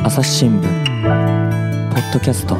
朝日新聞ポッドキャスト。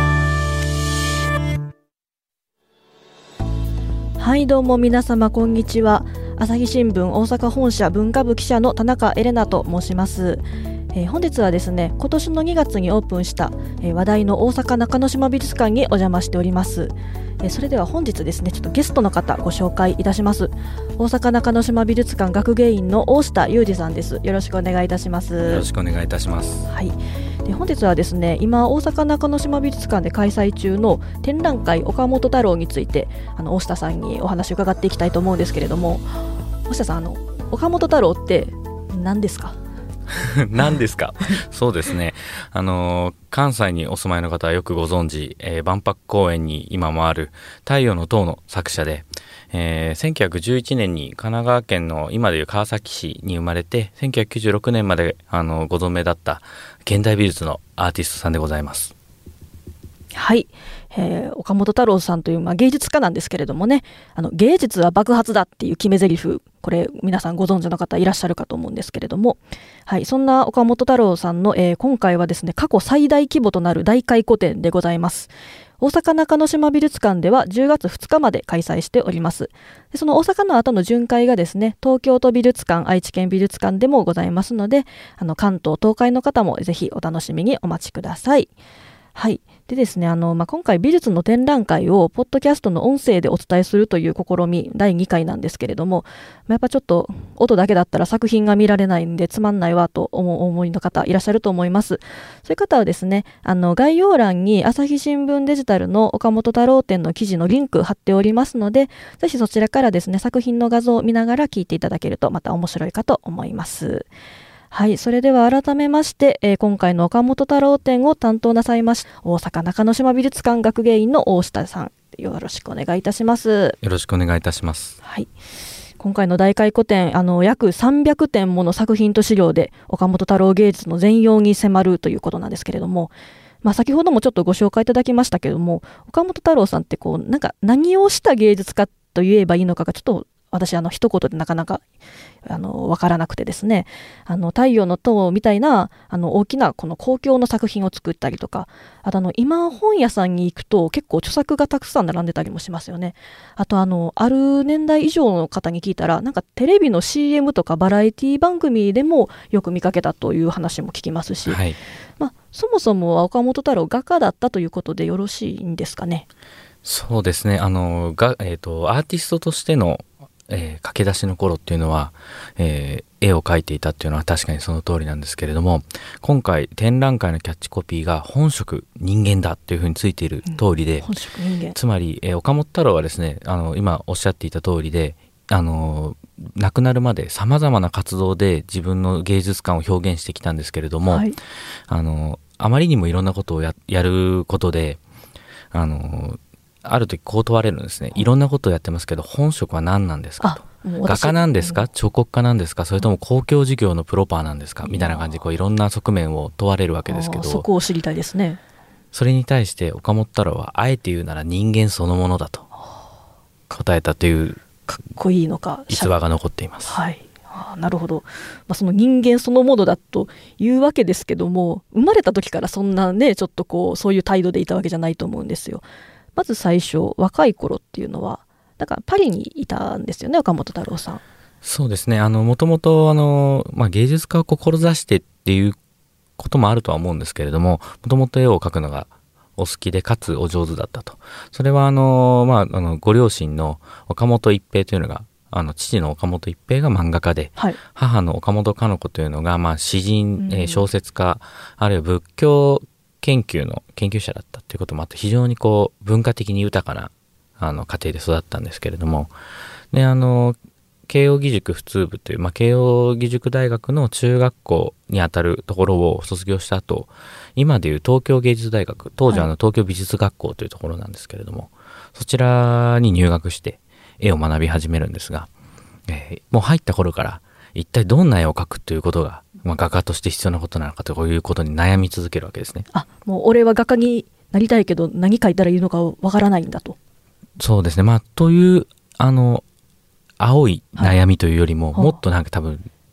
はいどうも皆様こんにちは。朝日新聞大阪本社文化部記者の田中エレナと申します。本日はですね、今年の2月にオープンした、話題の大阪中之島美術館にお邪魔しております。それでは本日ですね、ちょっとゲストの方ご紹介いたします。大阪中之島美術館学芸員の大下裕二さんです。よろしくお願いいたします。 よろしくお願いいたします。 はい。で本日はですね、今大阪中之島美術館で開催中の展覧会岡本太郎について大下さんにお話を伺っていきたいと思うんですけれども、大下さん、岡本太郎って何ですか？ 何ですか？そうですね、関西にお住まいの方はよくご存知、万博公園に今もある太陽の塔の作者で、1911年に神奈川県の今でいう川崎市に生まれて、1996年までご存命だった現代美術のアーティストさんでございます。 はい、岡本太郎さんという、芸術家なんですけれどもね、芸術は爆発だっていう決め台詞、これ皆さんご存知の方いらっしゃるかと思うんですけれども、はい、そんな岡本太郎さんの、今回はですね、過去最大規模となる大回顧展でございます。大阪中之島美術館では10月2日まで開催しております。でその大阪の後の巡回がですね、東京都美術館、愛知県美術館でもございますので、関東東海の方もぜひお楽しみにお待ちください。はい。でですね、今回美術の展覧会をポッドキャストの音声でお伝えするという試み第2回なんですけれども、やっぱちょっと音だけだったら作品が見られないんでつまんないわと思いの方いらっしゃると思います。そういう方はですね、概要欄に朝日新聞デジタルの岡本太郎展の記事のリンク貼っておりますので、ぜひそちらからですね、作品の画像を見ながら聞いていただけるとまた面白いかと思います。はい、それでは改めまして、今回の岡本太郎展を担当なさいました大阪中之島美術館学芸員の大下さん、よろしくお願いいたします。 よろしくお願いいたします。 はい、今回の大回顧展、約300点もの作品と資料で岡本太郎芸術の全容に迫るということなんですけれども、先ほどもちょっとご紹介いただきましたけれども、岡本太郎さんって何をした芸術家と言えばいいのかがちょっと私一言でなかなかわからなくてですね、太陽の塔みたいな大きなこの公共の作品を作ったりとか、あと今本屋さんに行くと結構著作がたくさん並んでたりもしますよね。あとある年代以上の方に聞いたら、テレビの CM とかバラエティ番組でもよく見かけたという話も聞きますし、 はい、 そもそもは岡本太郎画家だったということでよろしいんですかね？ そうですね、アーティストとしての駆け出しの頃っていうのは、絵を描いていたっていうのは確かにその通りなんですけれども、今回展覧会のキャッチコピーが本色人間だっていうふうについている通りで、 本色人間、 つまり、岡本太郎はですね、今おっしゃっていた通りで、亡くなるまでさまざまな活動で自分の芸術観を表現してきたんですけれども、はい、あまりにもいろんなことを やることである時こう問われるんですね。いろんなことをやってますけど本職は何なんですかと。画家なんですか、彫刻家なんですか、それとも公共事業のプロパーなんですか、みたいな感じでいろんな側面を問われるわけですけど、 そこを知りたいですね。 それに対して岡本太郎はあえて言うなら人間そのものだと答えたというかっこいいのか逸話が残っています。 はい、なるほど。その人間そのものだというわけですけども、生まれた時からそんなね、ちょっとそういう態度でいたわけじゃないと思うんですよ。まず最初若い頃っていうのはパリにいたんですよね、岡本太郎さん。 そうですね、もともと芸術家を志してっていうこともあるとは思うんですけれども、もともと絵を描くのがお好きでかつお上手だったと。それはご両親の岡本一平というのが父の岡本一平が漫画家で、はい、母の岡本かの子というのが詩人、小説家、あるいは仏教研究の研究者だったということもあって、非常に文化的に豊かな家庭で育ったんですけれども、で慶應義塾普通部という、慶應義塾大学の中学校にあたるところを卒業した後、今でいう東京芸術大学、当時東京美術学校というところなんですけれども、はい、そちらに入学して絵を学び始めるんですが、もう入った頃から一体どんな絵を描くということが、画家として必要なことなのかということに悩み続けるわけですね。 もう俺は画家になりたいけど何描いたらいいのかわからないんだと。 そうですね、という青い悩みというよりも、もっと多分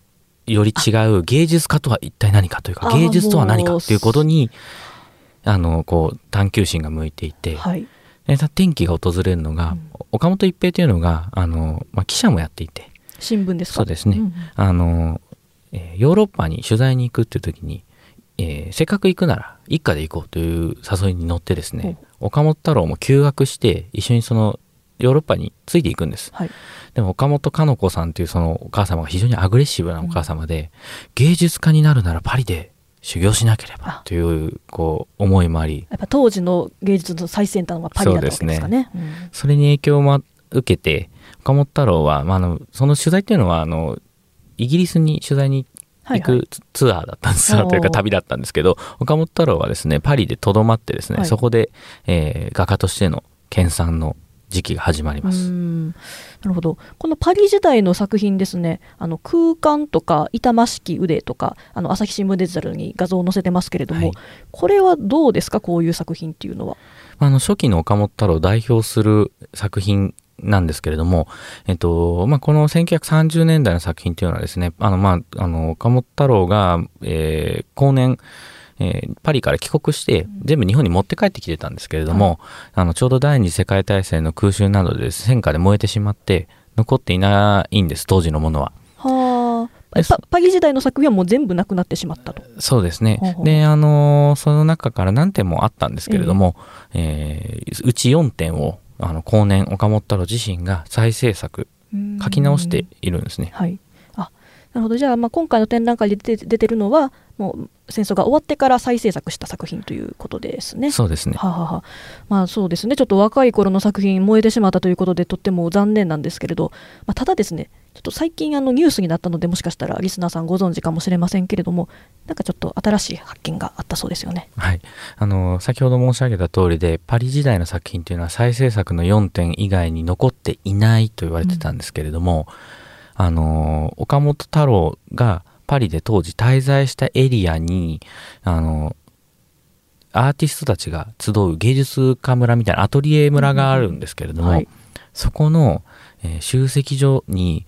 より違う芸術家とは一体何かというか、芸術とは何かということにこう探求心が向いていて、 はい、 で転機が訪れるのが、岡本一平というのが記者もやっていて、 新聞ですか？ そうですね、ヨーロッパに取材に行くっていう時に、せっかく行くなら一家で行こうという誘いに乗ってですね、岡本太郎も休学して一緒にそのヨーロッパについていくんです、はい、でも岡本かの子さんというそのお母様が非常にアグレッシブなお母様で、芸術家になるならパリで修行しなければという思いもあり、 やっぱ当時の芸術の最先端はパリだったわけですかね。 それに影響も受けて、岡本太郎は、その取材っていうのはイギリスに取材に行くツアーだったんです、というか旅だったんですけど、岡本太郎はですねパリでとどまってですね、そこで、画家としての研鑽の時期が始まります。 なるほど。このパリ時代の作品ですね、空間とか痛ましき腕とか朝日新聞デジタルに画像を載せてますけれども、はい、これはどうですか、こういう作品っていうのは。 初期の岡本太郎を代表する作品なんですけれども、この1930年代の作品というのはですね、岡本太郎が、後年パリから帰国して全部日本に持って帰ってきてたんですけれども、ちょうど第二次世界大戦の空襲などで戦火で燃えてしまって残っていないんです、当時のものは。 パリ時代の作品はもう全部なくなってしまったと。 そうですね。でその中から何点もあったんですけれども、うち4点を後年岡本太郎自身が再制作書き直しているんですね。 はい、なるほど。じゃあ、今回の展覧会で出てるのはもう戦争が終わってから再制作した作品ということですね。 そうですね。 そうですね。ちょっと若い頃の作品燃えてしまったということでとっても残念なんですけれど、ただですね、ちょっと最近ニュースになったので、もしかしたらリスナーさんご存知かもしれませんけれども、なんかちょっと新しい発見があったそうですよね。 はい、先ほど申し上げた通りで、パリ時代の作品というのは再制作の4点以外に残っていないと言われてたんですけれども、岡本太郎がパリで当時滞在したエリアにアーティストたちが集う芸術家村みたいなアトリエ村があるんですけれども、そこの、集積所に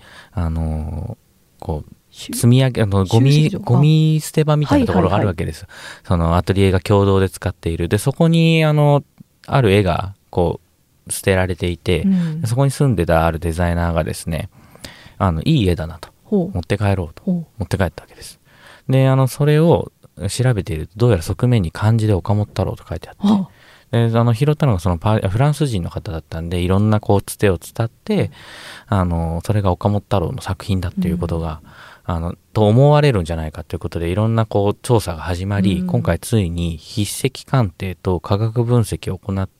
積み上げゴミ捨て場みたいなところがあるわけです。そのアトリエが共同で使っている。でそこにある絵が捨てられていて、そこに住んでたあるデザイナーがですね、いい絵だなと持って帰ろうと持って帰ったわけです。でそれを調べていると、どうやら側面に漢字で岡本太郎と書いてあって、で拾ったのがフランス人の方だったんで、いろんなつてを伝ってそれが岡本太郎の作品だっていうことが、と思われるんじゃないかということで、いろんな調査が始まり、今回ついに筆跡鑑定と化学分析を行って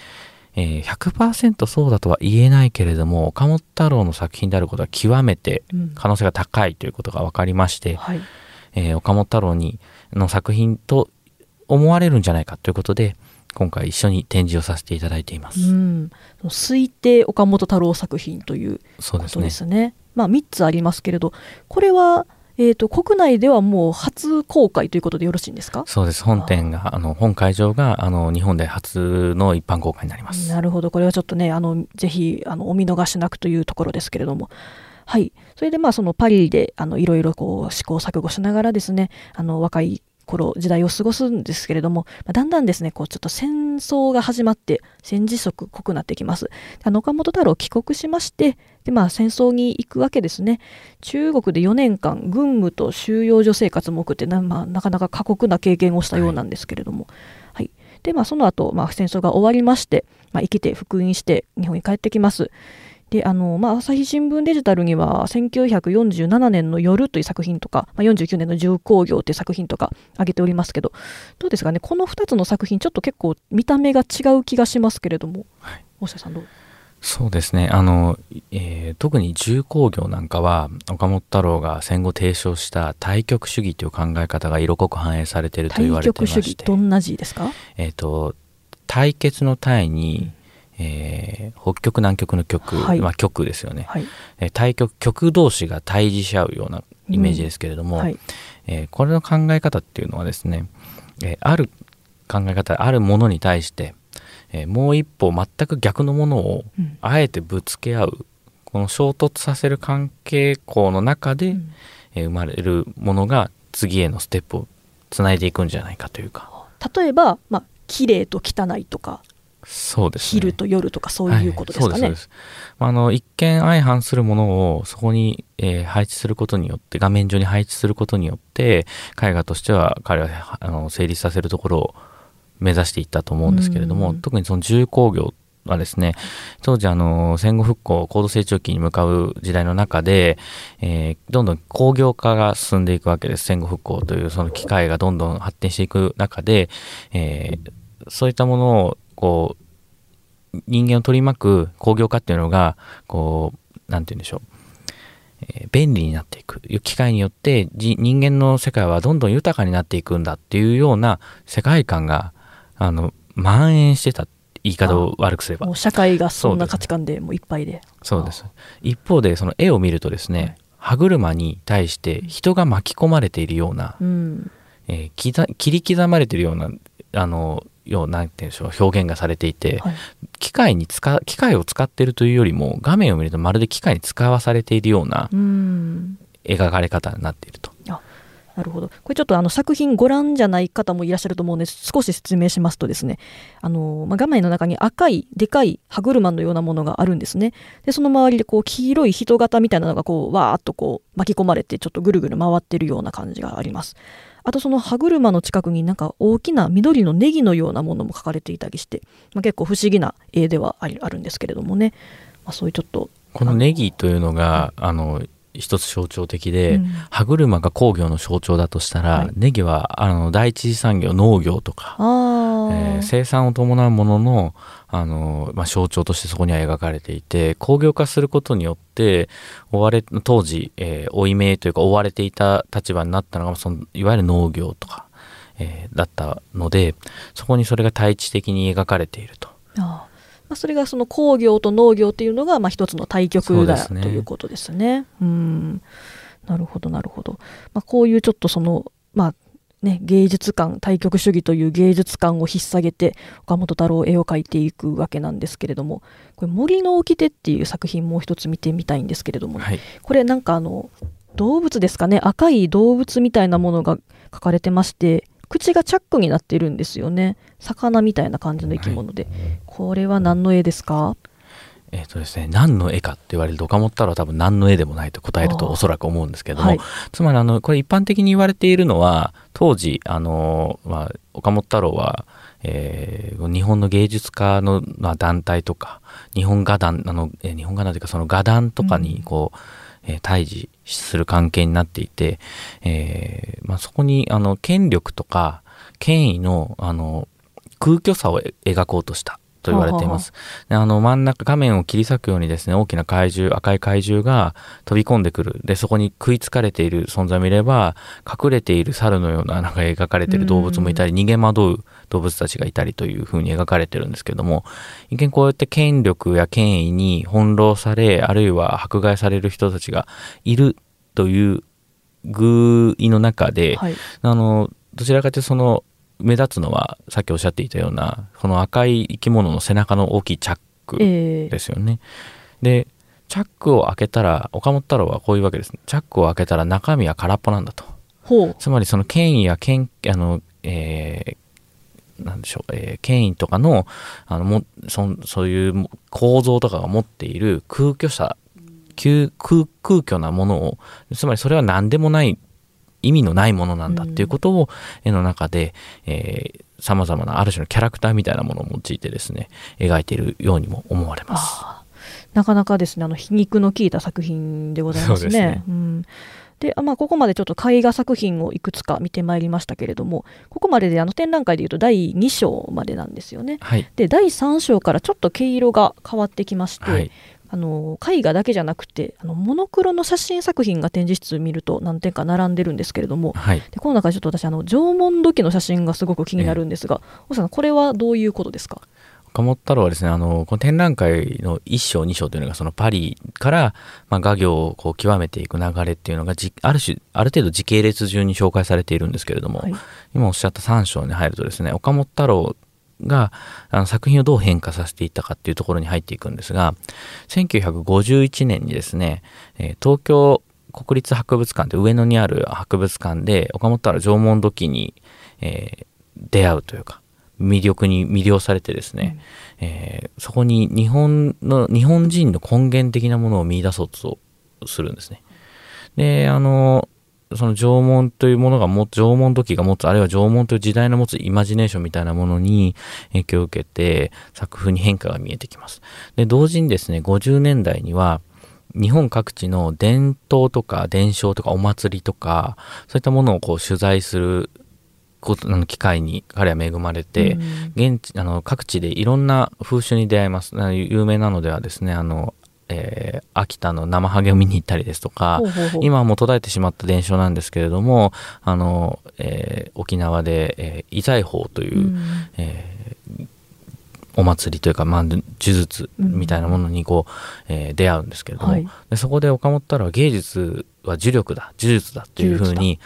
、100% そうだとは言えないけれども、岡本太郎の作品であることは極めて可能性が高いということが分かりまして、岡本太郎の作品と思われるんじゃないかということで、今回一緒に展示をさせていただいています。 推定岡本太郎作品ということですね。3つありますけれど、これは、国内ではもう初公開ということでよろしいんですか？ そうです。本会場が日本で初の一般公開になります。 なるほど。これはちょっとね、ぜひお見逃しなくというところですけれども、はい。それでそのパリでいろいろ試行錯誤しながらですね、若い時代を過ごすんですけれども、だんだんですね、ちょっと戦争が始まって戦時色濃くなってきます。岡本太郎帰国しまして、で戦争に行くわけですね。中国で4年間軍務と収容所生活も送ってなかなか過酷な経験をしたようなんですけれども、でその後、戦争が終わりまして、生きて復員して日本に帰ってきます。で朝日新聞デジタルには1947年の夜という作品とか、49年の重工業という作品とか挙げておりますけど、どうですかね、この2つの作品ちょっと結構見た目が違う気がしますけれども、大下さんどう？ そうですね、特に重工業なんかは岡本太郎が戦後提唱した対極主義という考え方が色濃く反映されていると言われていまして。 対極主義、どんな字ですか？ 対決の対に、北極南極の極、極ですよね、対極同士が対峙し合うようなイメージですけれども、これの考え方っていうのはですね、ある考え方、あるものに対して、もう一歩全く逆のものをあえてぶつけ合う、この衝突させる関係項の中で、 生まれるものが次へのステップをつないでいくんじゃないかというか。 例えば、綺麗と汚いとか、 そうですね、 昼と夜とかそういうことですかね。 そうです。一見相反するものをそこに、配置することによって、画面上に配置することによって絵画としては彼は成立させるところを目指していったと思うんですけれども、特にその重工業はですね、当時戦後復興高度成長期に向かう時代の中で、どんどん工業化が進んでいくわけです。戦後復興というその機械がどんどん発展していく中で、そういったものをこう人間を取り巻く工業化っていうのがなんて言うんでしょう、便利になっていく機械によって人間の世界はどんどん豊かになっていくんだっていうような世界観が蔓延してた、言い方を悪くすれば。 もう社会がそんな価値観でもういっぱいで。 そうです。一方でその絵を見るとですね、歯車に対して人が巻き込まれているような、切り刻まれているようななんていうんでしょう、表現がされていて、機械を使っているというよりも画面を見るとまるで機械に使わされているような描かれ方になっていると。 なるほど。これちょっと作品ご覧じゃない方もいらっしゃると思うんです。少し説明しますとですね、画面の中に赤いでかい歯車のようなものがあるんですね。でその周りで黄色い人型みたいなのがわーっと巻き込まれてちょっとぐるぐる回ってるような感じがあります。あとその歯車の近くになんか大きな緑のネギのようなものも描かれていたりして、結構不思議な絵ではあるんですけれどもね、そういうちょっとこのネギというのが一つ象徴的で、歯車が工業の象徴だとしたら、ネギは第一次産業農業とか、生産を伴うものの象徴としてそこには描かれていて、工業化することによって当時、負い目というか追われていた立場になったのがいわゆる農業とか、だったので、そこにそれが対峙的に描かれていると。 それがその工業と農業というのが一つの対極だ、ということですね。なるほどなるほど。こういうちょっと芸術観、対極主義という芸術観を引っ提げて岡本太郎絵を描いていくわけなんですけれども、これ森の掟っていう作品もう一つ見てみたいんですけれども、これなんか動物ですかね、赤い動物みたいなものが描かれてまして、口がチャックになってるんですよね。魚みたいな感じの生き物で、これは何の絵ですか？ ですね、何の絵かって言われると岡本太郎は多分何の絵でもないと答えるとおそらく思うんですけれども、つまりこれ一般的に言われているのは、当時岡本太郎は、日本の芸術家の、団体とか日本画壇というかその画壇とかに対峙する関係になっていて、そこに権力とか権威の空虚さを描こうとしたと言われています。真ん中画面を切り裂くようにですね、大きな赤い怪獣が飛び込んでくる。でそこに食いつかれている存在もいれば、隠れている猿のような描かれている動物もいたり、逃げ惑う動物たちがいたりというふうに描かれてるんですけれども、一見こうやって権力や権威に翻弄され、あるいは迫害される人たちがいるという寓意の中で、どちらかというと目立つのはさっきおっしゃっていたようなこの赤い生き物の背中の大きいチャックですよね。でチャックを開けたら、岡本太郎はこういうわけです。チャックを開けたら中身は空っぽなんだと。つまりその権威やなんでしょう、権威とかのそういう構造とかが持っている空虚なものを、つまりそれは何でもない意味のないものなんだっていうことを絵の中でさまざまなある種のキャラクターみたいなものを用いてですね、描いているようにも思われます。 なかなかですね、皮肉の効いた作品でございますね。でここまでちょっと絵画作品をいくつか見てまいりましたけれども、ここまでで展覧会でいうと第2章までなんですよね。で第3章からちょっと毛色が変わってきまして、絵画だけじゃなくてモノクロの写真作品が展示室見ると何点か並んでるんですけれども、でこの中でちょっと私縄文土器の写真がすごく気になるんですが、大さんこれはどういうことですか？ 岡本太郎はですね、この展覧会の1章2章というのがそのパリから、画業を極めていく流れっていうのがある程度時系列順に紹介されているんですけれども、今おっしゃった3章に入るとですね、岡本太郎が作品をどう変化させていったかっていうところに入っていくんですが、1951年にですね、東京国立博物館で上野にある博物館で岡本太郎縄文土器に、出会うというか魅力に魅了されてですね、そこに日本人の根源的なものを見出そうとするんですね。でその縄文というものが縄文土器が持つ、あるいは縄文という時代の持つイマジネーションみたいなものに影響を受けて作風に変化が見えてきます。で同時にですね、50年代には日本各地の伝統とか伝承とかお祭りとかそういったものをこう取材する機会に彼は恵まれて、各地でいろんな風習に出会います。有名なのではですね、秋田の生ハゲを見に行ったりですとか、今はもう途絶えてしまった伝承なんですけれども、沖縄で、異財宝という、お祭りというか、呪術みたいなものに出会うんですけれども、でそこで岡本太郎は芸術は呪力だ、呪術だというふうに、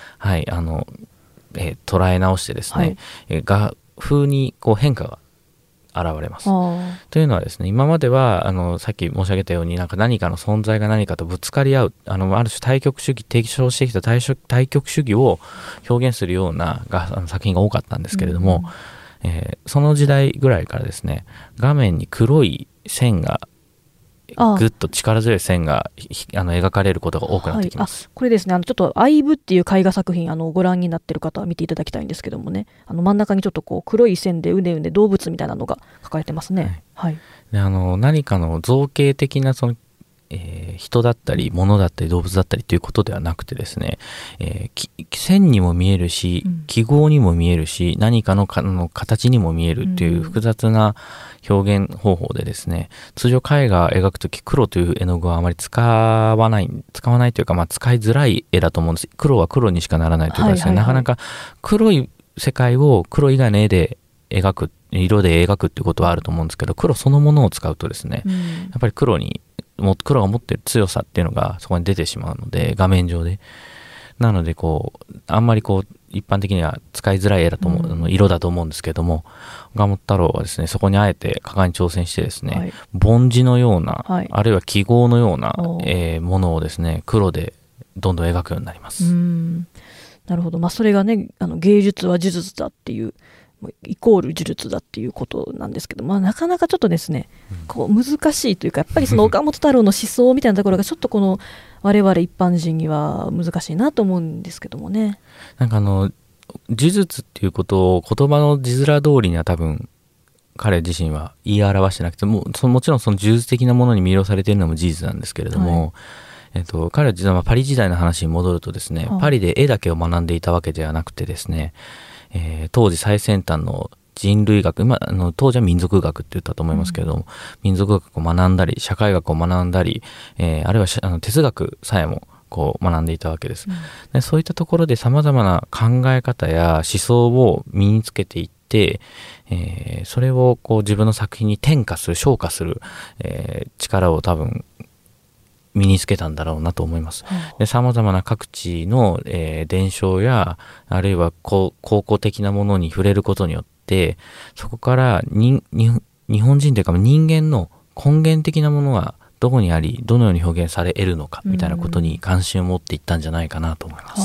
捉え直してですね、画風に変化が現れます。というのはですね、今まではさっき申し上げたように何かの存在が何かとぶつかり合う、ある種対極主義、提唱してきた対極主義を表現するような作品が多かったんですけれども、その時代ぐらいからですね、画面に黒い線がぐっと力強い線が描かれることが多くなってきます。 これですね、ちょっと相武っていう絵画作品ご覧になっている方は見ていただきたいんですけどもね、真ん中にちょっと黒い線でうねうね動物みたいなのが描かれてますね。 で何かの造形的な人だったり物だったり動物だったりということではなくてですね、線にも見えるし記号にも見えるし何かの形にも見えるという複雑な表現方法でですね、通常絵画を描くとき黒という絵の具はあまり使わないというか、使いづらい絵だと思うんです。黒は黒にしかならないというかですね、なかなか黒い世界を黒以外の絵で描く、色で描くっていうことはあると思うんですけど、黒そのものを使うとですね、やっぱり黒が持っている強さっていうのがそこに出てしまうので、画面上で。なのであんまり一般的には使いづらい絵だと思う、色だと思うんですけども、岡本太郎はですね、そこにあえて果敢に挑戦してですね、梵字のような、あるいは記号のような、ものをですね、黒でどんどん描くようになります。 なるほど。それがね、芸術は呪術だっていうイコール呪術だっていうことなんですけど、なかなかちょっとですね、難しいというか、やっぱりその岡本太郎の思想みたいなところがちょっと我々一般人には難しいなと思うんですけどもね。 呪術っていうことを言葉の字面通りには多分彼自身は言い表してなくてもちろんその呪術的なものに魅了されているのも事実なんですけれども、彼は実はパリ時代の話に戻るとですね、パリで絵だけを学んでいたわけではなくてですね、当時最先端の人類学、当時は民族学って言ったと思いますけれども、民族学を学んだり社会学を学んだり、あるいは哲学さえも学んでいたわけです。でそういったところでさまざまな考え方や思想を身につけていって、それを自分の作品に転化する昇華する、力を多分身につけたんだろうなと思います。でさまざまな各地の、伝承やあるいは考古的なものに触れることによってそこから日本人というか人間の根源的なものがどこにありどのように表現され得るのかみたいなことに関心を持っていったんじゃないかなと思います。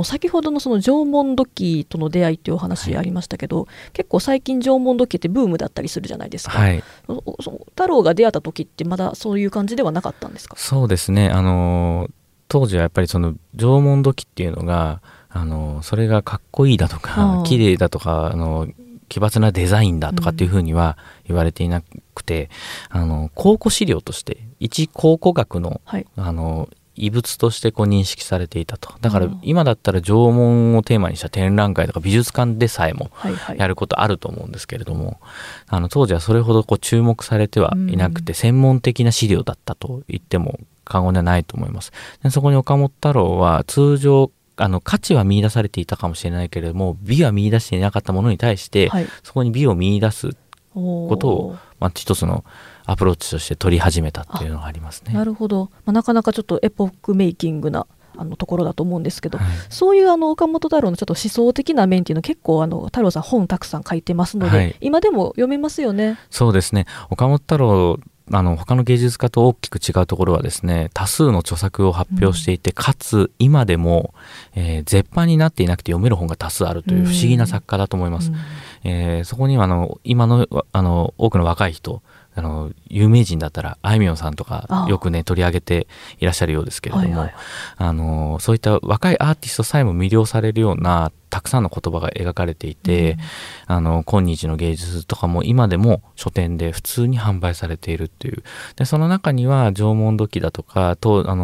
先ほどのその縄文土器との出会いというお話ありましたけど、結構最近縄文土器ってブームだったりするじゃないですか。太郎が出会った時ってまだそういう感じではなかったんですか？ そうですね、当時はやっぱりその縄文土器っていうのがそれがかっこいいだとか綺麗だとか奇抜なデザインだとかっていうふうには言われていなくて、考古資料として一考古学の、遺物として認識されていたと。だから今だったら縄文をテーマにした展覧会とか美術館でさえもやることあると思うんですけれども、当時はそれほど注目されてはいなくて、専門的な資料だったと言っても過言ではないと思います。でそこに岡本太郎は通常価値は見出されていたかもしれないけれども美は見出していなかったものに対して、そこに美を見出すことを、一つのアプローチとして取り始めたっていうのがありますね。 なるほど、なかなかちょっとエポックメイキングなところだと思うんですけど、そういう岡本太郎のちょっと思想的な面っていうの結構太郎さん本たくさん書いてますので、今でも読めますよね。 そうですね、岡本太郎他の芸術家と大きく違うところはですね、多数の著作を発表していて、かつ今でも、絶版になっていなくて読める本が多数あるという不思議な作家だと思います。そこには今の多くの若い人、有名人だったらあいみょんさんとかよくね取り上げていらっしゃるようですけれども、そういった若いアーティストさえも魅了されるようなたくさんの言葉が描かれていて、今日の芸術とかも今でも書店で普通に販売されているっていう。でその中には縄文土器だとか当時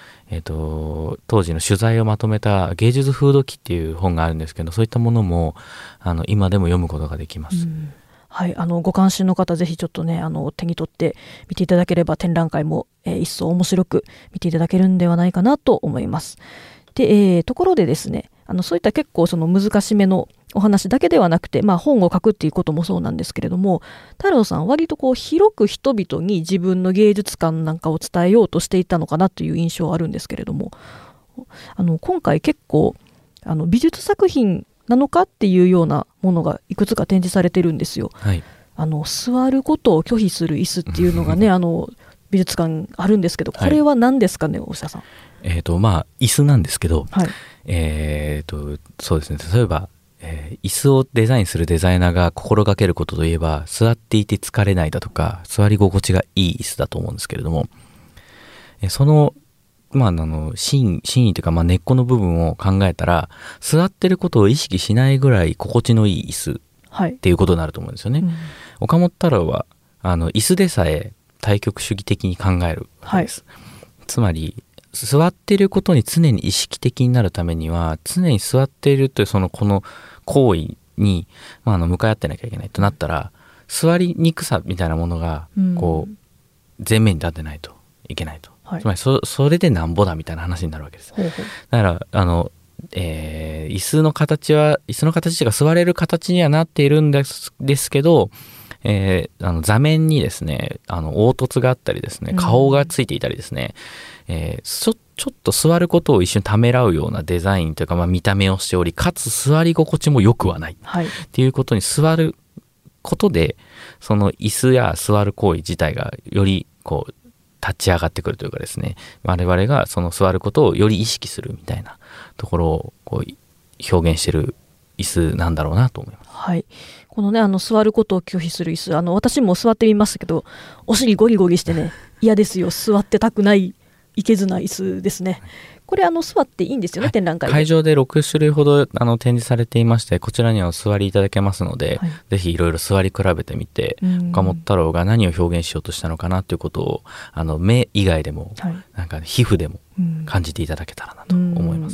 の取材をまとめた芸術風土記っていう本があるんですけど、そういったものも今でも読むことができます。 はい、ご関心の方ぜひちょっとね手に取って見ていただければ展覧会も、一層面白く見ていただけるんではないかなと思います。で、ところでですねそういった結構その難しめのお話だけではなくて、本を書くっていうこともそうなんですけれども、太郎さん割とこう広く人々に自分の芸術観なんかを伝えようとしていたのかなという印象はあるんですけれども、今回結構美術作品なのかっていうようなものがいくつか展示されてるんですよ。 はい、 座ることを拒否する椅子っていうのがね美術館あるんですけど、これは何ですかね、大下さん。 椅子なんですけど、 はい、 そうですね、例えば、椅子をデザインするデザイナーが心がけることといえば、座っていて疲れないだとか座り心地がいい椅子だと思うんですけれども、その真意というか、根っこの部分を考えたら、座ってることを意識しないぐらい心地のいい椅子っていうことになると思うんですよね。岡本太郎は椅子でさえ対極主義的に考えるわけです。つまり座っていることに常に意識的になるためには、常に座っているというこの行為に、向かい合ってなきゃいけないとなったら、座りにくさみたいなものがこう前面に立ってないといけないと。つまりそれでなんぼだみたいな話になるわけです。だから椅子の形というか座れる形にはなっているんですけど、座面にですね凹凸があったりですね、顔がついていたりですね、ちょっと座ることを一瞬ためらうようなデザインというか、見た目をしており、かつ座り心地も良くはない、っていうことに、座ることでその椅子や座る行為自体がよりこう立ち上がってくるというかですね、我々がその座ることをより意識するみたいなところをこう表現している椅子なんだろうなと思います。 はい、このね座ることを拒否する椅子、私も座ってみましたけど、お尻ゴリゴリしてね嫌ですよ。座ってたくないいけずな椅子ですね。これ座っていいんですよね、展覧会で。 会場で6種類ほど展示されていまして、こちらにはお座りいただけますので、ぜひいろいろ座り比べてみて、岡本太郎が何を表現しようとしたのかなということを目以外でも、なんか皮膚でも感じていただけたらなと思います。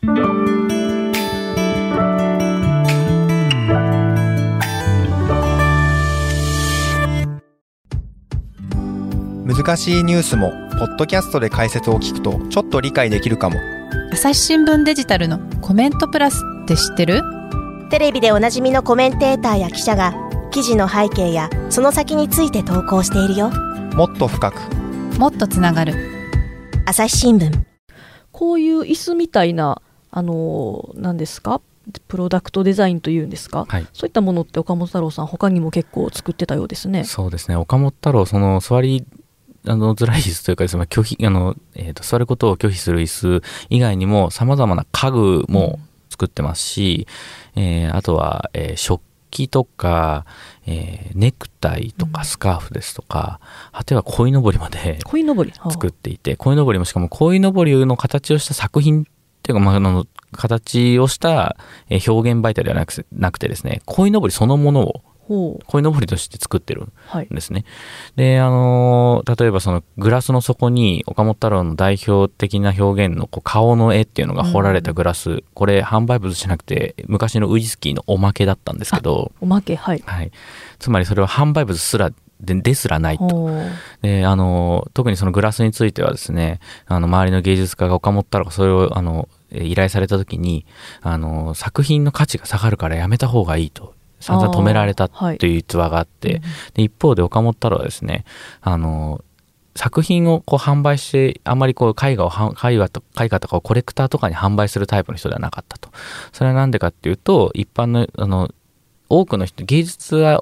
難しいニュースもポッドキャストで解説を聞くとちょっと理解できるかも。 朝日新聞デジタルのコメントプラスって知ってる？ テレビでおなじみのコメンテーターや記者が記事の背景やその先について投稿しているよ。 もっと深く、 もっとつながる。 朝日新聞。 こういう椅子みたいな何ですか、プロダクトデザインというんですか、そういったものって岡本太郎さん他にも結構作ってたようですね。 そうですね、岡本太郎座りづらい椅子というかですね、座ることを拒否する椅子以外にも様々な家具も作ってますし、あとは、食器とか、ネクタイとかスカーフですとか、果ては鯉のぼりまで作っていて、鯉のぼりもしかも鯉のぼりの形をした作品っていうか、形をした表現媒体ではなくてですね、鯉のぼりそのものを鯉のぼりとして作ってるんですね。で、例えばそのグラスの底に岡本太郎の代表的な表現の顔の絵っていうのが彫られたグラス、これ販売物じゃなくて昔のウイスキーのおまけだったんですけど、 おまけ、 つまりそれは販売物ですらないと。で、特にそのグラスについてはですね、周りの芸術家が岡本太郎がそれを依頼された時に作品の価値が下がるからやめた方がいいと散々止められたという逸話があって、で一方で岡本太郎はですね、作品を販売してあんまり絵画とかをコレクターとかに販売するタイプの人ではなかったと。それはなんでかっていうと、一般の多くの人、芸術は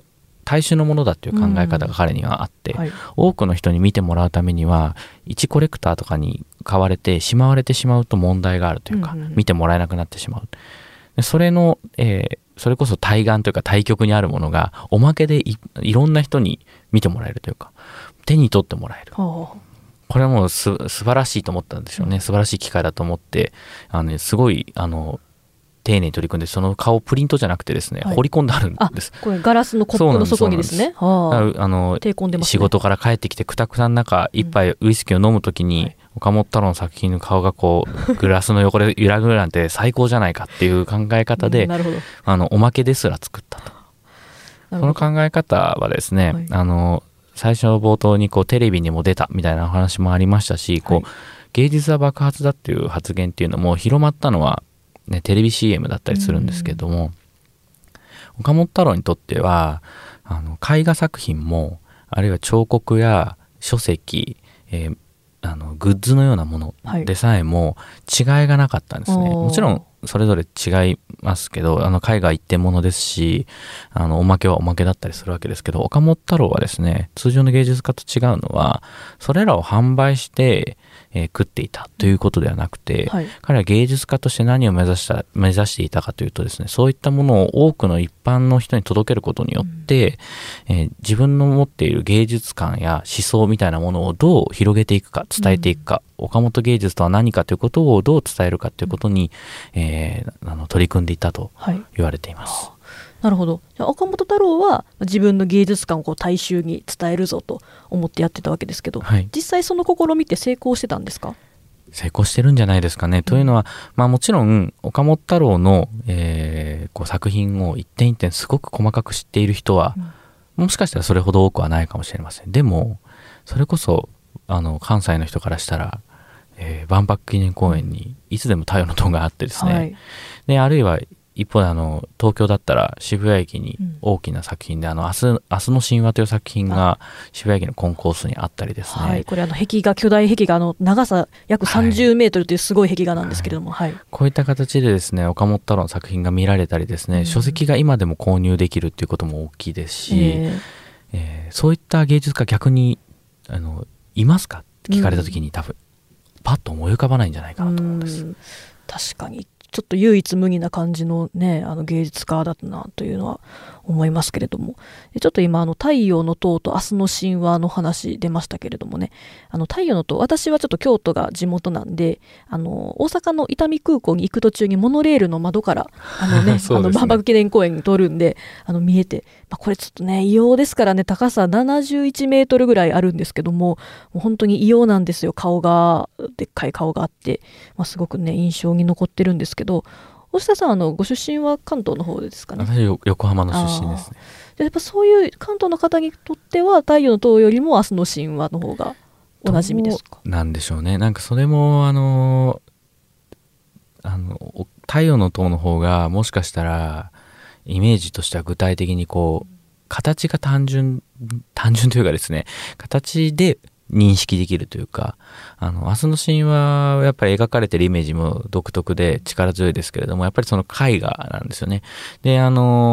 大衆のものだっていう考え方が彼にはあって、多くの人に見てもらうためには一コレクターとかに買われてしまわれてしまうと問題があるというか、見てもらえなくなってしまう。でそれの、それこそ対岸というか対極にあるものがおまけで いろんな人に見てもらえるというか手に取ってもらえる。これはもう素晴らしいと思ったんですよね。素晴らしい機会だと思ってすごい丁寧に取り組んで、その顔プリントじゃなくてですね、彫り込んであるんです。 これガラスのコップの底にですね。手込んでますね。 仕事から帰ってきてくたくたの中一杯ウイスキーを飲むときに、岡本太郎の作品の顔がこうグラスの横で揺らぐなんて最高じゃないかっていう考え方でおまけですら作ったと。その考え方はですね、最初の冒頭にこうテレビにも出たみたいなお話もありましたし、こう芸術は爆発だっていう発言っていうのも広まったのはね、テレビ CM だったりするんですけども、岡本太郎にとっては絵画作品もあるいは彫刻や書籍、グッズのようなものでさえも違いがなかったんですね。もちろんそれぞれ違いますけど、絵画一点物ですし、おまけはおまけだったりするわけですけど、岡本太郎はですね、通常の芸術家と違うのはそれらを販売して食っていたということではなくて、彼は芸術家として何を目指していたかというとですね、そういったものを多くの一般の人に届けることによって、自分の持っている芸術観や思想みたいなものをどう広げていくか、伝えていくか、岡本芸術とは何かということをどう伝えるかということに、取り組んでいたと言われています。 なるほど。じゃあ岡本太郎は自分の芸術観をこう大衆に伝えるぞと思ってやってたわけですけど、実際その試みって成功してたんですか？ 成功してるんじゃないですかね。というのは、もちろん岡本太郎の、こう作品を一点一点すごく細かく知っている人は、もしかしたらそれほど多くはないかもしれません。でもそれこそ関西の人からしたら、万博記念公園にいつでも太陽の塔があってですね、であるいは一方で東京だったら渋谷駅に大きな作品で、明日の神話という作品が渋谷駅のコンコースにあったりですね、 これ巨大壁画長さ約30メートルというすごい壁画なんですけれども、 こういった形でですね、岡本太郎の作品が見られたりですね、書籍が今でも購入できるということも大きいですし、そういった芸術家逆にいますかって聞かれた時に、多分パッと思い浮かばないんじゃないかなと思うんです。 確かにちょっと唯一無二な感じのね、芸術家だったなというのは思いますけれども、ちょっと今太陽の塔と明日の神話の話出ましたけれどもね、太陽の塔、私はちょっと京都が地元なんで、大阪の伊丹空港に行く途中にモノレールの窓から万博記念公園に通るんで見えて、これちょっとね異様ですからね、高さ71メートルぐらいあるんですけども、もう本当に異様なんですよ。でっかい顔があって、すごくね印象に残ってるんですけど、大下さんご出身は関東の方ですかね？ 私横浜の出身ですね。 やっぱそういう関東の方にとっては太陽の塔よりも明日の神話の方がおなじみですか？ なんでしょうね。なんかそれも太陽の塔の方がもしかしたらイメージとしては具体的にこう形が単純というかですね、形で認識できるというか、明日の神話はやっぱり描かれてるイメージも独特で力強いですけれども、やっぱりその絵画なんですよね。でやっ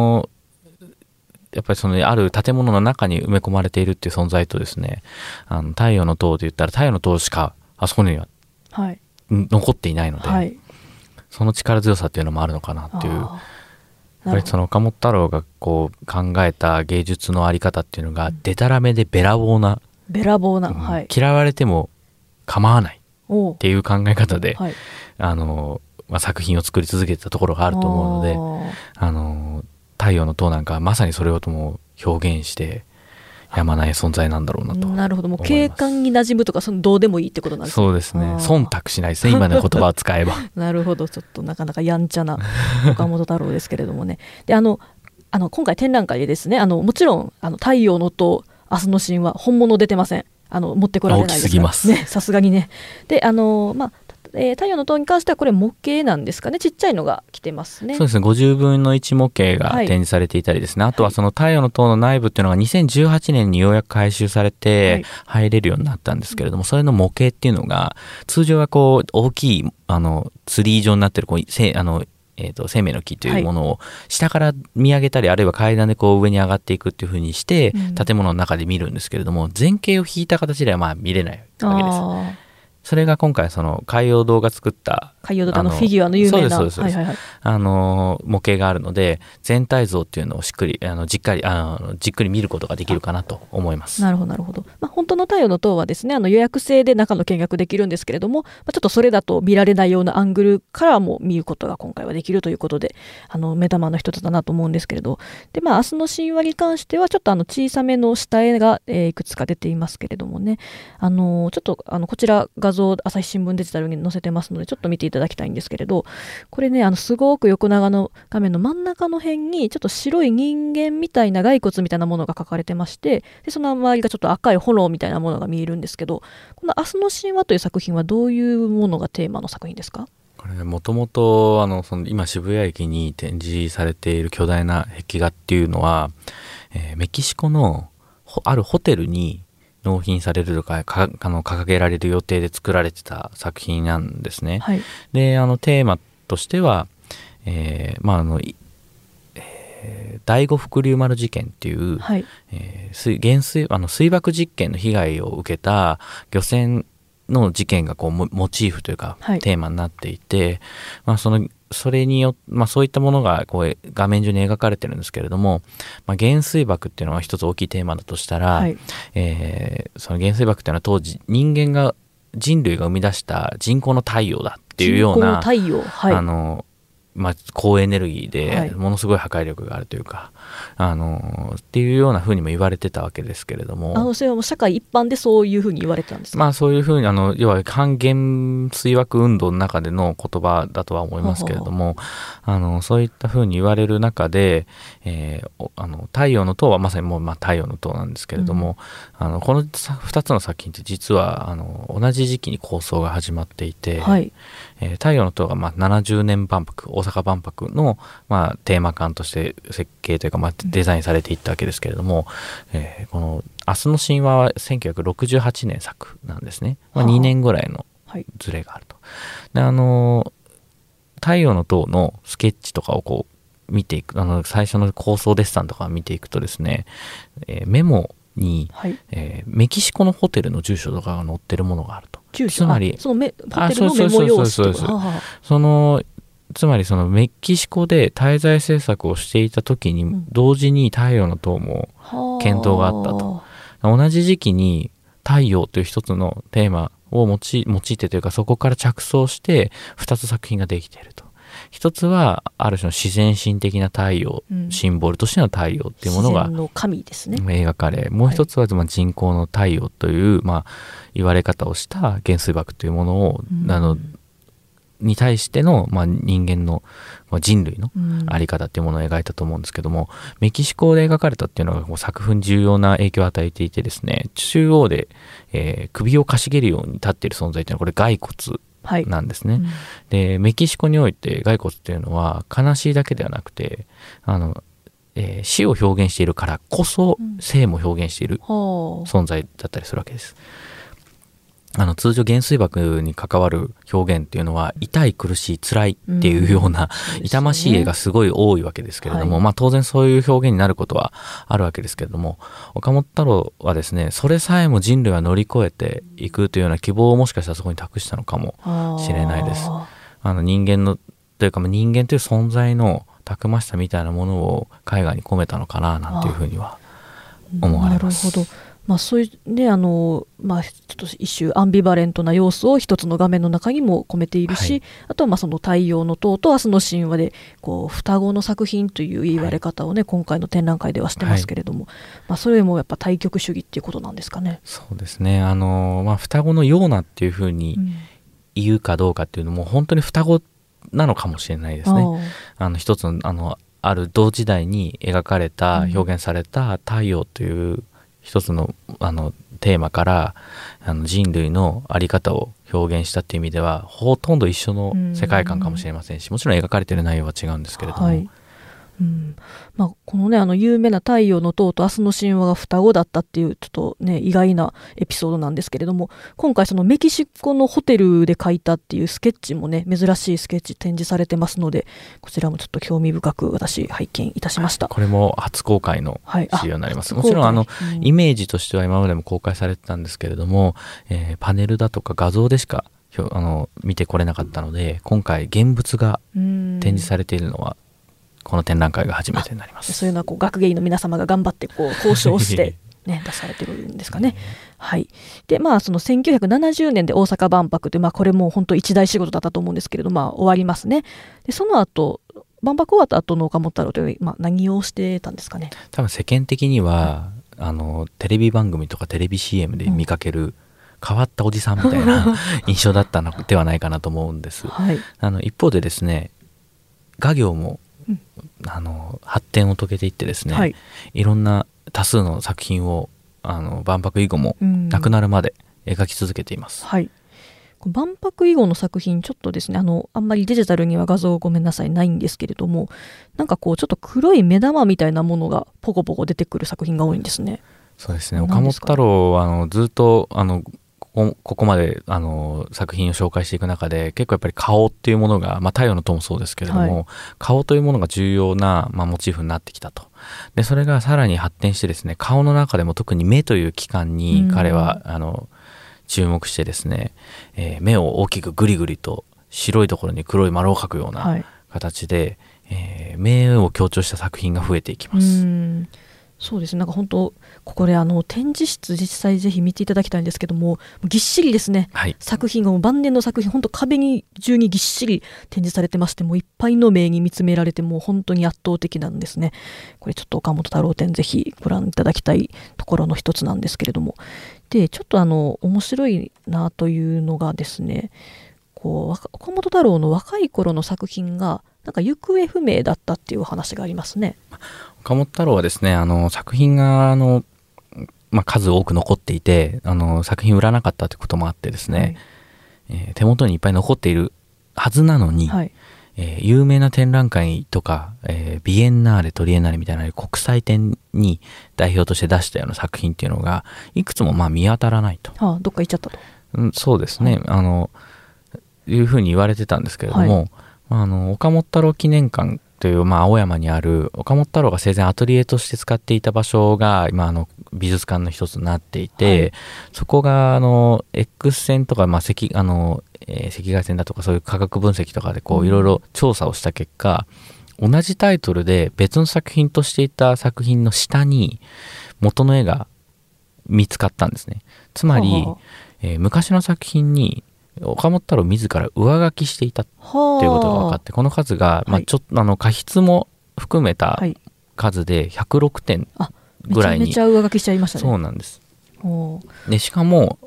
ぱりそのある建物の中に埋め込まれているっていう存在とですね、太陽の塔といったら太陽の塔しかあそこには残っていないので、その力強さっていうのもあるのかなっていう、やっぱりその岡本太郎がこう考えた芸術のあり方っていうのがデタラメでべらぼうな、嫌われても構わないっていう考え方で、作品を作り続けてたところがあると思うので、太陽の塔なんかまさにそれをとも表現してやまない存在なんだろうなと。 なるほど。もう景観に馴染むとかどうでもいいってことなんですね。 そうですね。忖度しないですね、今の言葉を使えば。 なるほど。ちょっとなかなかやんちゃな岡本太郎ですけれどもね。で今回展覧会でですね、もちろん太陽の塔明日の神話本物出てません。持ってこられないですから大きすぎますね、さすがにね。で太陽の塔に関してはこれ模型なんですかね。ちっちゃいのが来てますね。 そうですね。50分の1模型が展示されていたりですね、あとはその太陽の塔の内部っていうのが2018年にようやく改修されて入れるようになったんですけれども、それの模型っていうのが通常はこう大きいツリー状になってる生命の木というものを下から見上げたり、あるいは階段でこう上に上がっていくっていう風にして、建物の中で見るんですけれども、前景を引いた形ではまあ見れないわけです。それが今回その海洋堂が作った海洋堂のフィギュアの有名なそうです、模型があるので、全体像っていうのをじっくり見ることができるかなと思います。 なるほどなるほど。本当の太陽の塔はですね、予約制で中の見学できるんですけれども、ちょっとそれだと見られないようなアングルからも見ることが今回はできるということで、目玉の一つだなと思うんですけれど、で明日の神話に関してはちょっと小さめの下絵が、いくつか出ていますけれどもね、ちょっとこちら画像朝日新聞デジタルに載せてますので、ちょっと見ていただきたいんですけれど、これね、すごく横長の画面の真ん中の辺にちょっと白い人間みたいな骸骨みたいなものが描かれてまして、でその周りがちょっと赤い炎みたいなものが見えるんですけど、この明日の神話という作品はどういうものがテーマの作品ですか？ これもともと今渋谷駅に展示されている巨大な壁画っていうのは、メキシコのあるホテルに納品されるとか掲げられる予定で作られてた作品なんですね。はい、でテーマとしては、第五福竜丸事件っていう、はい、水爆実験の被害を受けた漁船の事件がこうモチーフというか、はい、テーマになっていて、それによって、そういったものがこう画面上に描かれてるんですけれども、原水爆っていうのは一つ大きいテーマだとしたら、はい、その原水爆っていうのは当時人類が生み出した人工の太陽だっていうような、 人工太陽、はい、 高エネルギーでものすごい破壊力があるというか、っていうようなふうにも言われてたわけですけれども、 それはもう社会一般でそういうふうに言われてたんですか？ そういうふうに要は反原水爆運動の中での言葉だとは思いますけれども、そういったふうに言われる中で、太陽の塔はまさにもう太陽の塔なんですけれども、この2つの作品って実は同じ時期に構想が始まっていて、はい、太陽の塔が70年万博大阪万博の、テーマ館として設計というか、デザインされていったわけですけれども、この明日の神話は1968年作なんですね。2年ぐらいのズレがあると。で太陽の塔のスケッチとかをこう見ていく、最初の構想デッサンとかを見ていくとですね、メモに、はい、メキシコのホテルの住所とかが載ってるものがあると。つまりそのホテルのメモ用紙とか、 つまりそのメキシコで滞在政策をしていた時に同時に太陽の塔も検討があったと。同じ時期に太陽という一つのテーマを用いてというか、そこから着想して2つ作品ができていると。一つはある種の自然神的な太陽、シンボルとしての太陽っていうものが自然の神ですね、 描かれ、もう一つは人工の太陽という、言われ方をした原水爆というものを、に対しての、人間の、人類のあり方っていうものを描いたと思うんですけども、メキシコで描かれたっていうのが作風に重要な影響を与えていてですね、中央で、首をかしげるように立っている存在っていうのはこれ骸骨なんですね。でメキシコにおいて骸骨っていうのは悲しいだけではなくて死を表現しているからこそ生も表現している存在だったりするわけです。通常原水爆に関わる表現っていうのは痛い苦しい辛いっていうような、痛ましい絵がすごい多いわけですけれども、当然そういう表現になることはあるわけですけれども、岡本太郎はですね、それさえも人類は乗り越えていくというような希望をもしかしたらそこに託したのかもしれないです。人間のというか人間という存在のたくましさみたいなものを絵画に込めたのかななんていうふうには思われます。 なるほど。そういうね、ちょっと一種アンビバレントな要素を一つの画面の中にも込めているし、はい、あとはその太陽の塔と明日の神話でこう双子の作品という言われ方をね、今回の展覧会ではしてますけれども、それもやっぱ対極主義っていうことなんですかね。 そうですね。双子のようなっていうふうに言うかどうかっていうのも本当に双子なのかもしれないですね。一つのある同時代に描かれた、表現された太陽という一つのテーマから人類の在り方を表現したっていう意味ではほとんど一緒の世界観かもしれませんし、もちろん描かれている内容は違うんですけれども、 このね有名な太陽の塔と明日の神話が双子だったっていうちょっとね意外なエピソードなんですけれども、今回そのメキシコのホテルで描いたっていうスケッチもね珍しいスケッチ展示されてますので、こちらもちょっと興味深く私拝見いたしました。 これも初公開の資料になります。もちろんイメージとしては今までも公開されてたんですけれども、パネルだとか画像でしか見てこれなかったので、今回現物が展示されているのはこの展覧会が初めてになります。 そういうのは学芸員の皆様が頑張って交渉してね、出されてるんですかね。はい。で、その1970年で大阪万博で、これも本当一大仕事だったと思うんですけれど、終わりますね。で、その後、万博終わった後の岡本太郎という、何をしてたんですかね。 多分世間的には、テレビ番組とかテレビ CM で見かける、変わったおじさんみたいな印象だったのではないかなと思うんです。 はい、 一方でですね、画業も発展を遂げていってですね、いろんな多数の作品を万博以後も亡くなるまで描き続けています。 はい、万博以後の作品ちょっとですねあんまりデジタルには画像ごめんなさいないんですけれども、なんかちょっと黒い目玉みたいなものがポコポコ出てくる作品が多いんですね。 そうですね、岡本太郎はずっとここまで作品を紹介していく中で結構やっぱり顔っていうものが、太陽の塔もそうですけれども、顔というものが重要な、モチーフになってきたと。でそれがさらに発展してですね、顔の中でも特に目という器官に彼は注目してですね、目を大きくグリグリと白いところに黒い丸を描くような形で、目を強調した作品が増えていきます。 そうですね、なんか本当ここで展示室実際ぜひ見ていただきたいんですけども、ぎっしりですね、作品がもう晩年の作品本当壁に中にぎっしり展示されてまして、もういっぱいの目に見つめられてもう本当に圧倒的なんですね。これちょっと岡本太郎展ぜひご覧いただきたいところの一つなんですけれども、でちょっと面白いなというのがですね、岡本太郎の若い頃の作品がなんか行方不明だったっていう話がありますね。 岡本太郎はですね、作品が数多く残っていて作品売らなかったということもあってですね、手元にいっぱい残っているはずなのに、有名な展覧会とか、ビエンナーレトリエンナーレみたいな国際展に代表として出したような作品っていうのがいくつも見当たらないと、 どっか行っちゃったと、 そうですね、いうふうに言われてたんですけれども、岡本太郎記念館という青山にある岡本太郎が生前アトリエとして使っていた場所が今美術館の一つになっていて、そこがX 線とか赤外線だとかそういう化学分析とかでいろいろ調査をした結果、同じタイトルで別の作品としていた作品の下に元の絵が見つかったんですね。つまり、昔の作品に岡本太郎自ら上書きしていたということが分かって、この数が、ちょっと過失も含めた数で106点ぐらいに、 めちゃめちゃ上書きしちゃいましたね。 そうなんです。でしかも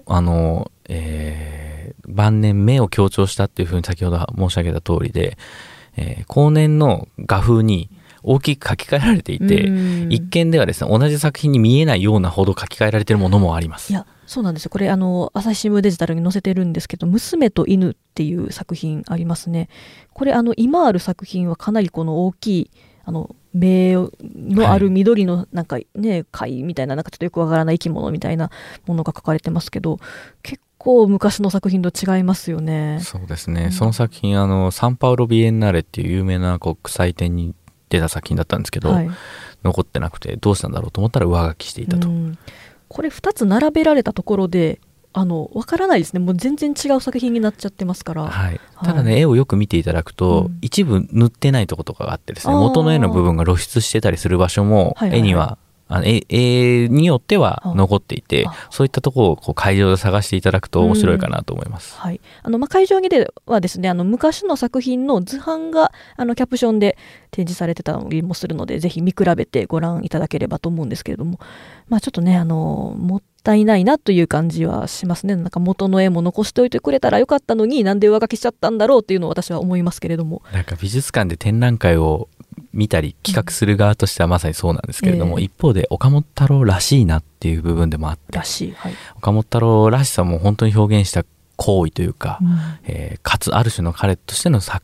晩年目を強調したっていうふうに先ほど申し上げた通りで、後年の画風に大きく書き換えられていて、一見ではですね同じ作品に見えないようなほど書き換えられているものもあります。 いやそうなんですよ。これ朝日新聞デジタルに載せてるんですけど、娘と犬っていう作品ありますね。これ今ある作品はかなりこの大きい目のある緑のなんかね、貝みたいな、なんかちょっとよくわからない生き物みたいなものが書かれてますけど、結構昔の作品と違いますよね。 そうですね、その作品サンパウロビエンナーレっていう有名な国際展に出た作品だったんですけど、残ってなくてどうしたんだろうと思ったら上書きしていたと。 これ2つ並べられたところでわからないですね。もう全然違う作品になっちゃってますから、 ただね、絵をよく見ていただくと、一部塗ってないところとかがあってですね、元の絵の部分が露出してたりする場所も絵には絵によっては残っていて、そういったところを会場で探していただくと面白いかなと思います。 会場にではですね、昔の作品の図版がキャプションで展示されてたりもするので、ぜひ見比べてご覧いただければと思うんですけれども、ちょっとねもったいないなという感じはしますね。なんか元の絵も残しておいてくれたらよかったのに、なんで上書きしちゃったんだろうっていうのを私は思いますけれども、 なんか美術館で展覧会を見たり企画する側としてはまさにそうなんですけれども、一方で岡本太郎らしいなっていう部分でもあって、岡本太郎らしさも本当に表現した行為というか、かつある種の彼としての作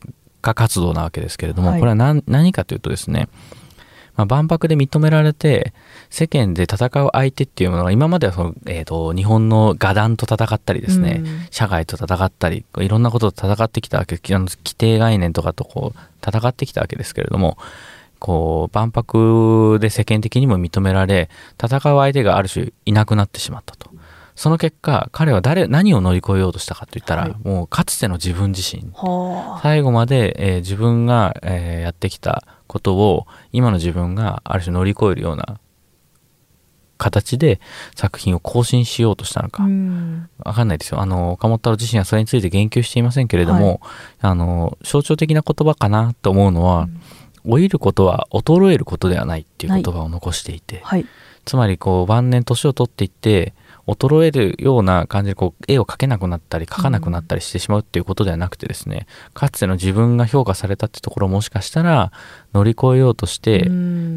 家活動なわけですけれども、 はい、 これは何かというとですね、万博で認められて世間で戦う相手っていうものが今までは日本の画壇と戦ったりですね、社会と戦ったりいろんなことと戦ってきたわけ、規定概念とかと戦ってきたわけですけれども、万博で世間的にも認められ戦う相手がある種いなくなってしまったと。その結果彼は何を乗り越えようとしたかといったら、もうかつての自分自身、最後まで、自分が、やってきたことを今の自分がある種乗り越えるような形で作品を更新しようとしたのか、わかんないですよ。岡本太郎自身はそれについて言及していませんけれども、象徴的な言葉かなと思うのは、老いることは衰えることではないっていう言葉を残していて、つまり晩年年を取っていって衰えるような感じで絵を描けなくなったり描かなくなったりしてしまうっていうことではなくてですね、かつての自分が評価されたってところをもしかしたら乗り越えようとして、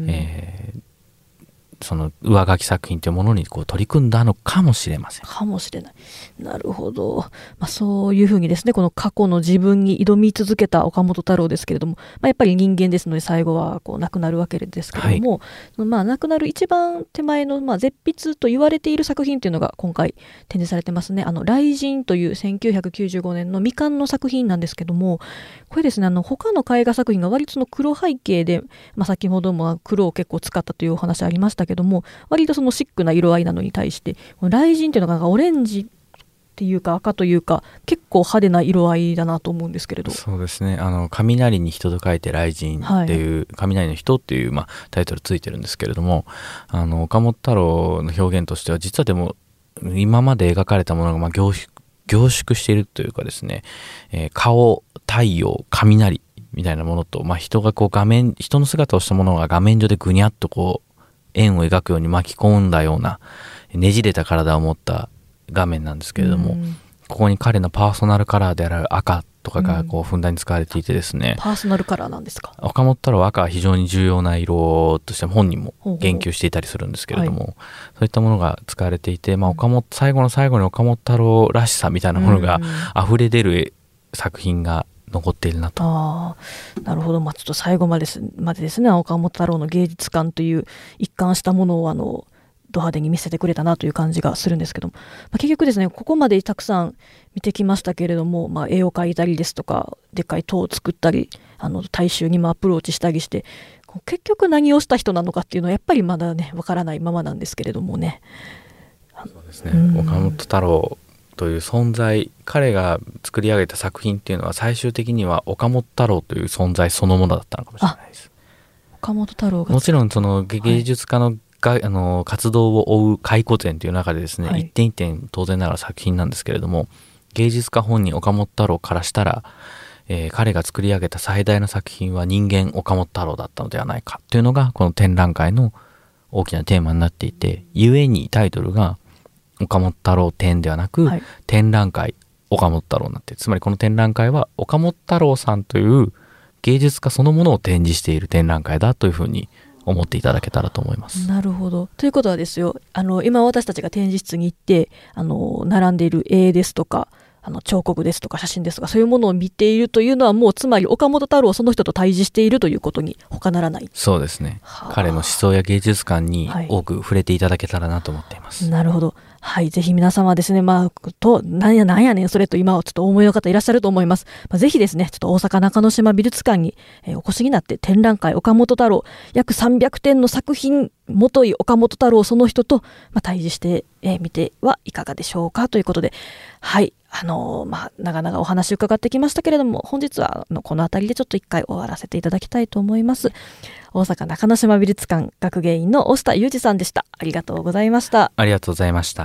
その上書き作品というものに取り組んだのかもしれません。 かもしれない。なるほど。そういうふうにですね、この過去の自分に挑み続けた岡本太郎ですけれども、やっぱり人間ですので最後は亡くなるわけですけれども、亡くなる一番手前の絶筆と言われている作品というのが今回展示されてますね。雷神という1995年の未完の作品なんですけども、これですね、他の絵画作品が割とその黒背景で、先ほども黒を結構使ったというお話ありましたけども、割とそのシックな色合いなのに対して、雷神というのがオレンジっていうか赤というか結構派手な色合いだなと思うんですけれど。 そうですね、雷に人と書いて雷神っていう、雷の人っていう、タイトルついてるんですけれども、岡本太郎の表現としては実はでも今まで描かれたものが凝縮しているというかですね、顔、太陽、雷みたいなものと、人が人の姿をしたものが画面上でぐにゃっと円を描くように巻き込んだようなねじれた体を持った画面なんですけれども、ここに彼のパーソナルカラーである赤とかがふんだんに使われていてですね、 パーソナルカラーなんですか。 岡本太郎は赤は非常に重要な色として本人も言及していたりするんですけれども、そういったものが使われていて、最後の最後に岡本太郎らしさみたいなものが溢れ出る作品が残っているなと。 なるほど。ちょっと最後までですね、岡本太郎の芸術観という一貫したものをド派手に見せてくれたなという感じがするんですけども、結局ですね、ここまでたくさん見てきましたけれども、絵を描いたりですとかでっかい塔を作ったり大衆にもアプローチしたりして、結局何をした人なのかっていうのはやっぱりまだねわからないままなんですけれどもね。 そうですね、岡本太郎という存在、彼が作り上げた作品っていうのは最終的には岡本太郎という存在そのものだったのかもしれないです。 岡本太郎がもちろんその芸術家の活動を追う回顧展という中でですね、一点一点当然ながら作品なんですけれども、芸術家本人岡本太郎からしたら、彼が作り上げた最大の作品は人間岡本太郎だったのではないかというのがこの展覧会の大きなテーマになっていて、故にタイトルが岡本太郎展ではなく、展覧会岡本太郎になっている。つまりこの展覧会は岡本太郎さんという芸術家そのものを展示している展覧会だというふうに思っていただけたらと思います。 なるほど。ということはですよ、今私たちが展示室に行って並んでいる絵ですとか彫刻ですとか写真ですとかそういうものを見ているというのは、もうつまり岡本太郎その人と対峙しているということに他ならない。 そうですね。彼の思想や芸術観に多く触れていただけたらなと思っています。 なるほど。はい、ぜひ皆様ですね、なんやねんそれと今はちょっとお思いの方いらっしゃると思います。ぜひですね、ちょっと大阪中之島美術館に、お越しになって展覧会岡本太郎約300点の作品もとい岡本太郎その人と、対峙してみてはいかがでしょうかということで、はい、長々お話伺ってきましたけれども、本日はこの辺りでちょっと一回終わらせていただきたいと思います。大阪中之島美術館学芸員の押田裕二さんでした。ありがとうございました。 ありがとうございました。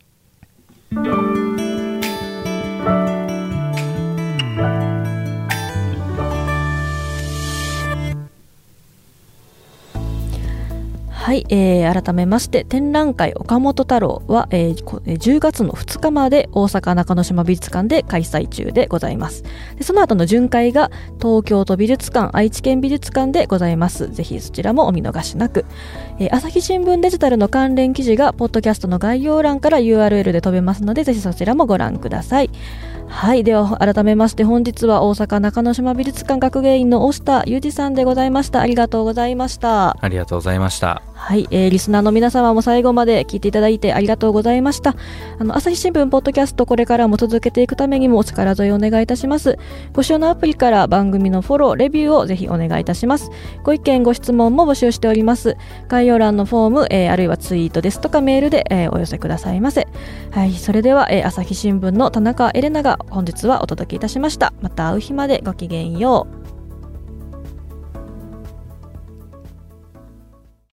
はい、改めまして展覧会岡本太郎は、10月の2日まで大阪中之島美術館で開催中でございます。でその後の巡回が東京都美術館、愛知県美術館でございます。ぜひそちらもお見逃しなく。朝日新聞デジタルの関連記事がポッドキャストの概要欄から URL で飛べますので、ぜひそちらもご覧ください。 はい、では改めまして本日は大阪中之島美術館学芸員の押田裕二さんでございました。ありがとうございました。 ありがとうございました。 はい、リスナーの皆様も最後まで聞いていただいてありがとうございました。朝日新聞ポッドキャスト、これからも続けていくためにもお力添えお願いいたします。ご使用のアプリから番組のフォロー、レビューをぜひお願いいたします。ご意見ご質問も募集しております。概要欄のフォーム、あるいはツイートですとかメールで、お寄せくださいませ。はい、それでは、朝日新聞の田中エレナが本日はお届けいたしました。また会う日までごきげんよう。